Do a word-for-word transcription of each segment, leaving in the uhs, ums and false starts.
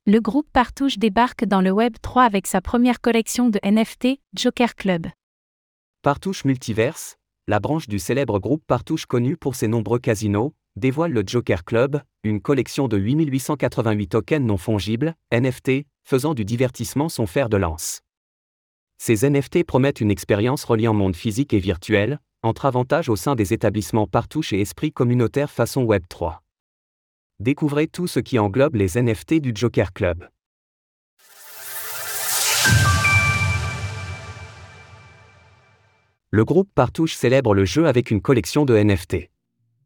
Le groupe Partouche débarque dans le Web trois avec sa première collection de N F T, Joker Club. Partouche Multiverse, la branche du célèbre groupe Partouche connu pour ses nombreux casinos, dévoile le Joker Club, une collection de huit mille huit cent quatre-vingt-huit tokens non fongibles, N F T, faisant du divertissement son fer de lance. Ces N F T promettent une expérience reliant monde physique et virtuel, entre avantages au sein des établissements Partouche et esprit communautaire façon Web trois. Découvrez tout ce qui englobe les N F T du Joker Club. Le groupe Partouche célèbre le jeu avec une collection de N F T.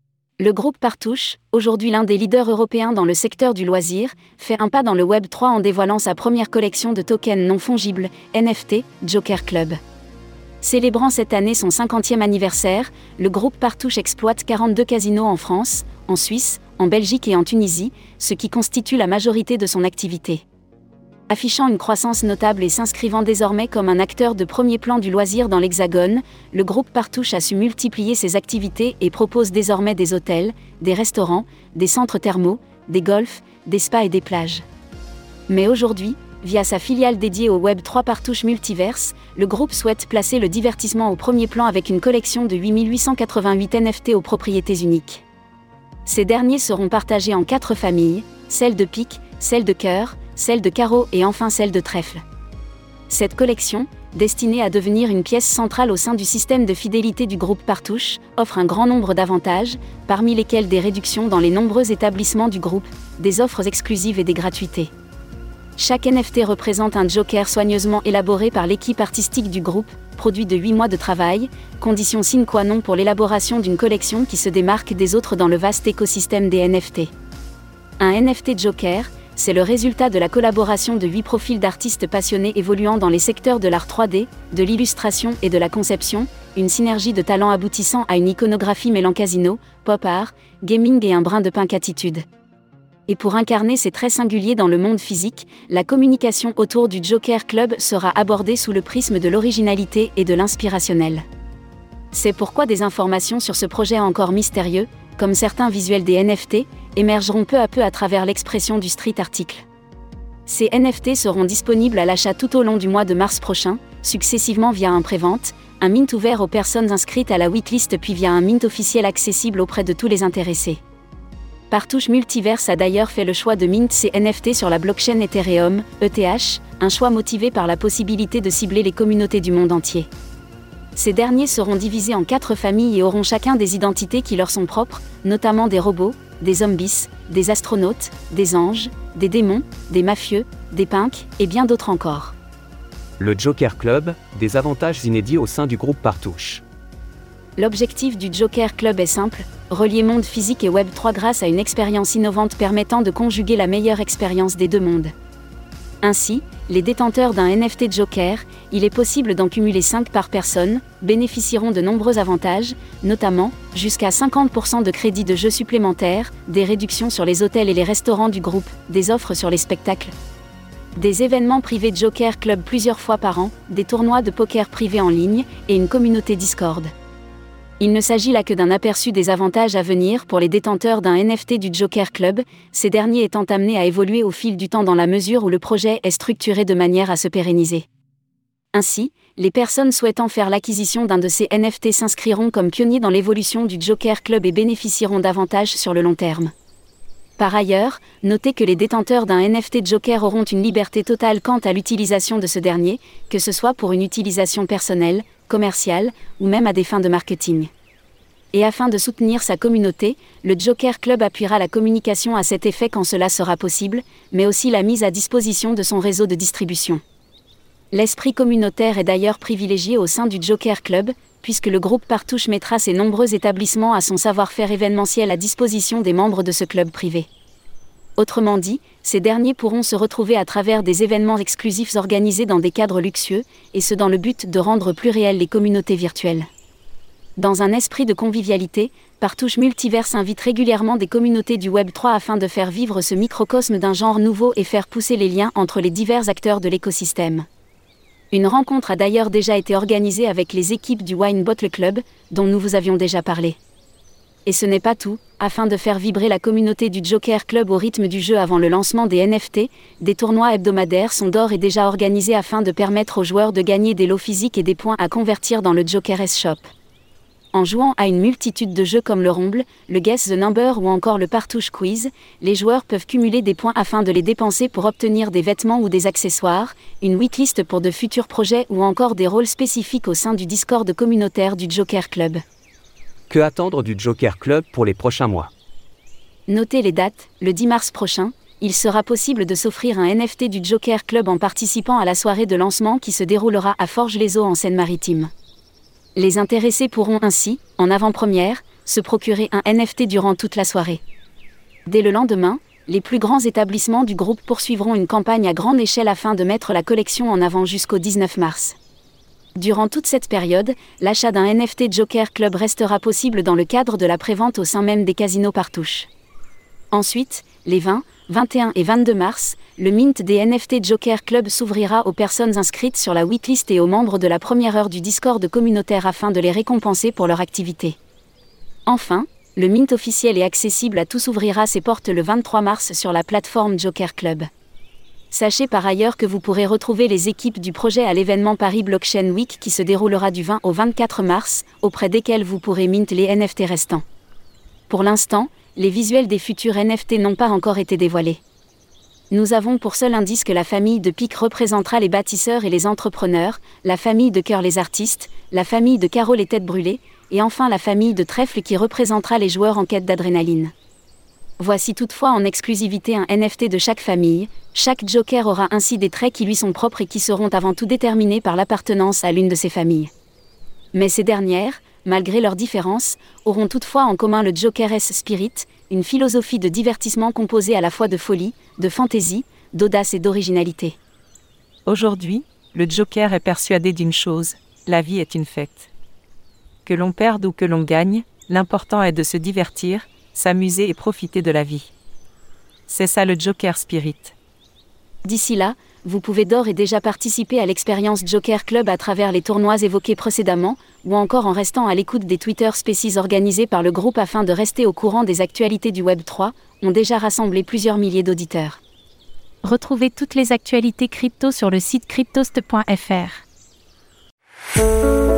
Le groupe Partouche, aujourd'hui l'un des leaders européens dans le secteur du loisir, fait un pas dans le Web trois en dévoilant sa première collection de tokens non fongibles, N F T, Joker Club. Célébrant cette année son cinquantième anniversaire, le groupe Partouche exploite quarante-deux casinos en France, en Suisse, en Belgique et en Tunisie, ce qui constitue la majorité de son activité. Affichant une croissance notable et s'inscrivant désormais comme un acteur de premier plan du loisir dans l'Hexagone, le groupe Partouche a su multiplier ses activités et propose désormais des hôtels, des restaurants, des centres thermaux, des golfs, des spas et des plages. Mais aujourd'hui, via sa filiale dédiée au Web trois Partouche Multiverse, le groupe souhaite placer le divertissement au premier plan avec une collection de huit mille huit cent quatre-vingt-huit N F T aux propriétés uniques. Ces derniers seront partagés en quatre familles, celle de pique, celle de cœur, celle de carreau et enfin celle de trèfle. Cette collection, destinée à devenir une pièce centrale au sein du système de fidélité du groupe Partouche, offre un grand nombre d'avantages, parmi lesquels des réductions dans les nombreux établissements du groupe, des offres exclusives et des gratuités. Chaque N F T représente un joker soigneusement élaboré par l'équipe artistique du groupe, produit de huit mois de travail, condition sine qua non pour l'élaboration d'une collection qui se démarque des autres dans le vaste écosystème des N F T. Un N F T Joker, c'est le résultat de la collaboration de huit profils d'artistes passionnés évoluant dans les secteurs de l'art trois D, de l'illustration et de la conception, une synergie de talents aboutissant à une iconographie mêlant casino, pop art, gaming et un brin de punk attitude. Et pour incarner ces traits singuliers dans le monde physique, la communication autour du Joker Club sera abordée sous le prisme de l'originalité et de l'inspirationnel. C'est pourquoi des informations sur ce projet encore mystérieux, comme certains visuels des N F T, émergeront peu à peu à travers l'expression du street article. Ces N F T seront disponibles à l'achat tout au long du mois de mars prochain, successivement via un prévente, un mint ouvert aux personnes inscrites à la waitlist puis via un mint officiel accessible auprès de tous les intéressés. Partouche Multiverse a d'ailleurs fait le choix de mint ses N F T sur la blockchain Ethereum, E T H, un choix motivé par la possibilité de cibler les communautés du monde entier. Ces derniers seront divisés en quatre familles et auront chacun des identités qui leur sont propres, notamment des robots, des zombies, des astronautes, des anges, des démons, des mafieux, des punks et bien d'autres encore. Le Joker Club, des avantages inédits au sein du groupe Partouche. L'objectif du Joker Club est simple, relier monde physique et Web trois grâce à une expérience innovante permettant de conjuguer la meilleure expérience des deux mondes. Ainsi, les détenteurs d'un N F T Joker, il est possible d'en cumuler cinq par personne, bénéficieront de nombreux avantages, notamment, jusqu'à cinquante pour cent de crédits de jeux supplémentaires, des réductions sur les hôtels et les restaurants du groupe, des offres sur les spectacles, des événements privés Joker Club plusieurs fois par an, des tournois de poker privés en ligne, et une communauté Discord. Il ne s'agit là que d'un aperçu des avantages à venir pour les détenteurs d'un N F T du Joker Club, ces derniers étant amenés à évoluer au fil du temps dans la mesure où le projet est structuré de manière à se pérenniser. Ainsi, les personnes souhaitant faire l'acquisition d'un de ces N F T s'inscriront comme pionniers dans l'évolution du Joker Club et bénéficieront d'avantages sur le long terme. Par ailleurs, notez que les détenteurs d'un N F T Joker auront une liberté totale quant à l'utilisation de ce dernier, que ce soit pour une utilisation personnelle, commerciale, ou même à des fins de marketing. Et afin de soutenir sa communauté, le Joker Club appuiera la communication à cet effet quand cela sera possible, mais aussi la mise à disposition de son réseau de distribution. L'esprit communautaire est d'ailleurs privilégié au sein du Joker Club, puisque le groupe Partouche mettra ses nombreux établissements à son savoir-faire événementiel à disposition des membres de ce club privé. Autrement dit, ces derniers pourront se retrouver à travers des événements exclusifs organisés dans des cadres luxueux, et ce dans le but de rendre plus réelles les communautés virtuelles. Dans un esprit de convivialité, Partouche Multiverse invite régulièrement des communautés du Web trois afin de faire vivre ce microcosme d'un genre nouveau et faire pousser les liens entre les divers acteurs de l'écosystème. Une rencontre a d'ailleurs déjà été organisée avec les équipes du Wine Bottle Club, dont nous vous avions déjà parlé. Et ce n'est pas tout, Afin de faire vibrer la communauté du Joker Club au rythme du jeu avant le lancement des N F T, des tournois hebdomadaires sont d'ores et déjà organisés afin de permettre aux joueurs de gagner des lots physiques et des points à convertir dans le Joker S Shop. En jouant à une multitude de jeux comme le Rumble, le Guess the Number ou encore le Partouche Quiz, les joueurs peuvent cumuler des points afin de les dépenser pour obtenir des vêtements ou des accessoires, une wishlist pour de futurs projets ou encore des rôles spécifiques au sein du Discord communautaire du Joker Club. Que attendre du Joker Club pour les prochains mois? Notez les dates, le dix mars prochain, il sera possible de s'offrir un N F T du Joker Club en participant à la soirée de lancement qui se déroulera à Forges-les-Eaux en Seine-Maritime. Les intéressés pourront ainsi, en avant-première, se procurer un N F T durant toute la soirée. Dès le lendemain, les plus grands établissements du groupe poursuivront une campagne à grande échelle afin de mettre la collection en avant jusqu'au dix-neuf mars. Durant toute cette période, l'achat d'un N F T Joker Club restera possible dans le cadre de la prévente au sein même des casinos Partouche. Ensuite, les vingt, vingt et un et vingt-deux mars, le mint des N F T Joker Club s'ouvrira aux personnes inscrites sur la waitlist et aux membres de la première heure du Discord communautaire afin de les récompenser pour leur activité. Enfin, le mint officiel et accessible à tous ouvrira ses portes le vingt-trois mars sur la plateforme Joker Club. Sachez par ailleurs que vous pourrez retrouver les équipes du projet à l'événement Paris Blockchain Week qui se déroulera du vingt au vingt-quatre mars, auprès desquels vous pourrez mint les N F T restants. Pour l'instant, les visuels des futurs N F T n'ont pas encore été dévoilés. Nous avons pour seul indice que la famille de Pique représentera les bâtisseurs et les entrepreneurs, la famille de Cœur les artistes, la famille de Carreau les têtes brûlées, et enfin la famille de Trèfle qui représentera les joueurs en quête d'adrénaline. Voici toutefois en exclusivité un N F T de chaque famille, chaque Joker aura ainsi des traits qui lui sont propres et qui seront avant tout déterminés par l'appartenance à l'une de ces familles. Mais ces dernières, malgré leurs différences, auront toutefois en commun le Joker S Spirit, une philosophie de divertissement composée à la fois de folie, de fantaisie, d'audace et d'originalité. Aujourd'hui, le Joker est persuadé d'une chose, la vie est une fête. Que l'on perde ou que l'on gagne, l'important est de se divertir, s'amuser et profiter de la vie. C'est ça le Joker Spirit. D'ici là, vous pouvez d'ores et déjà participer à l'expérience Joker Club à travers les tournois évoqués précédemment, ou encore en restant à l'écoute des Twitter Spaces organisés par le groupe afin de rester au courant des actualités du Web trois, ont déjà rassemblé plusieurs milliers d'auditeurs. Retrouvez toutes les actualités crypto sur le site cryptost point f r.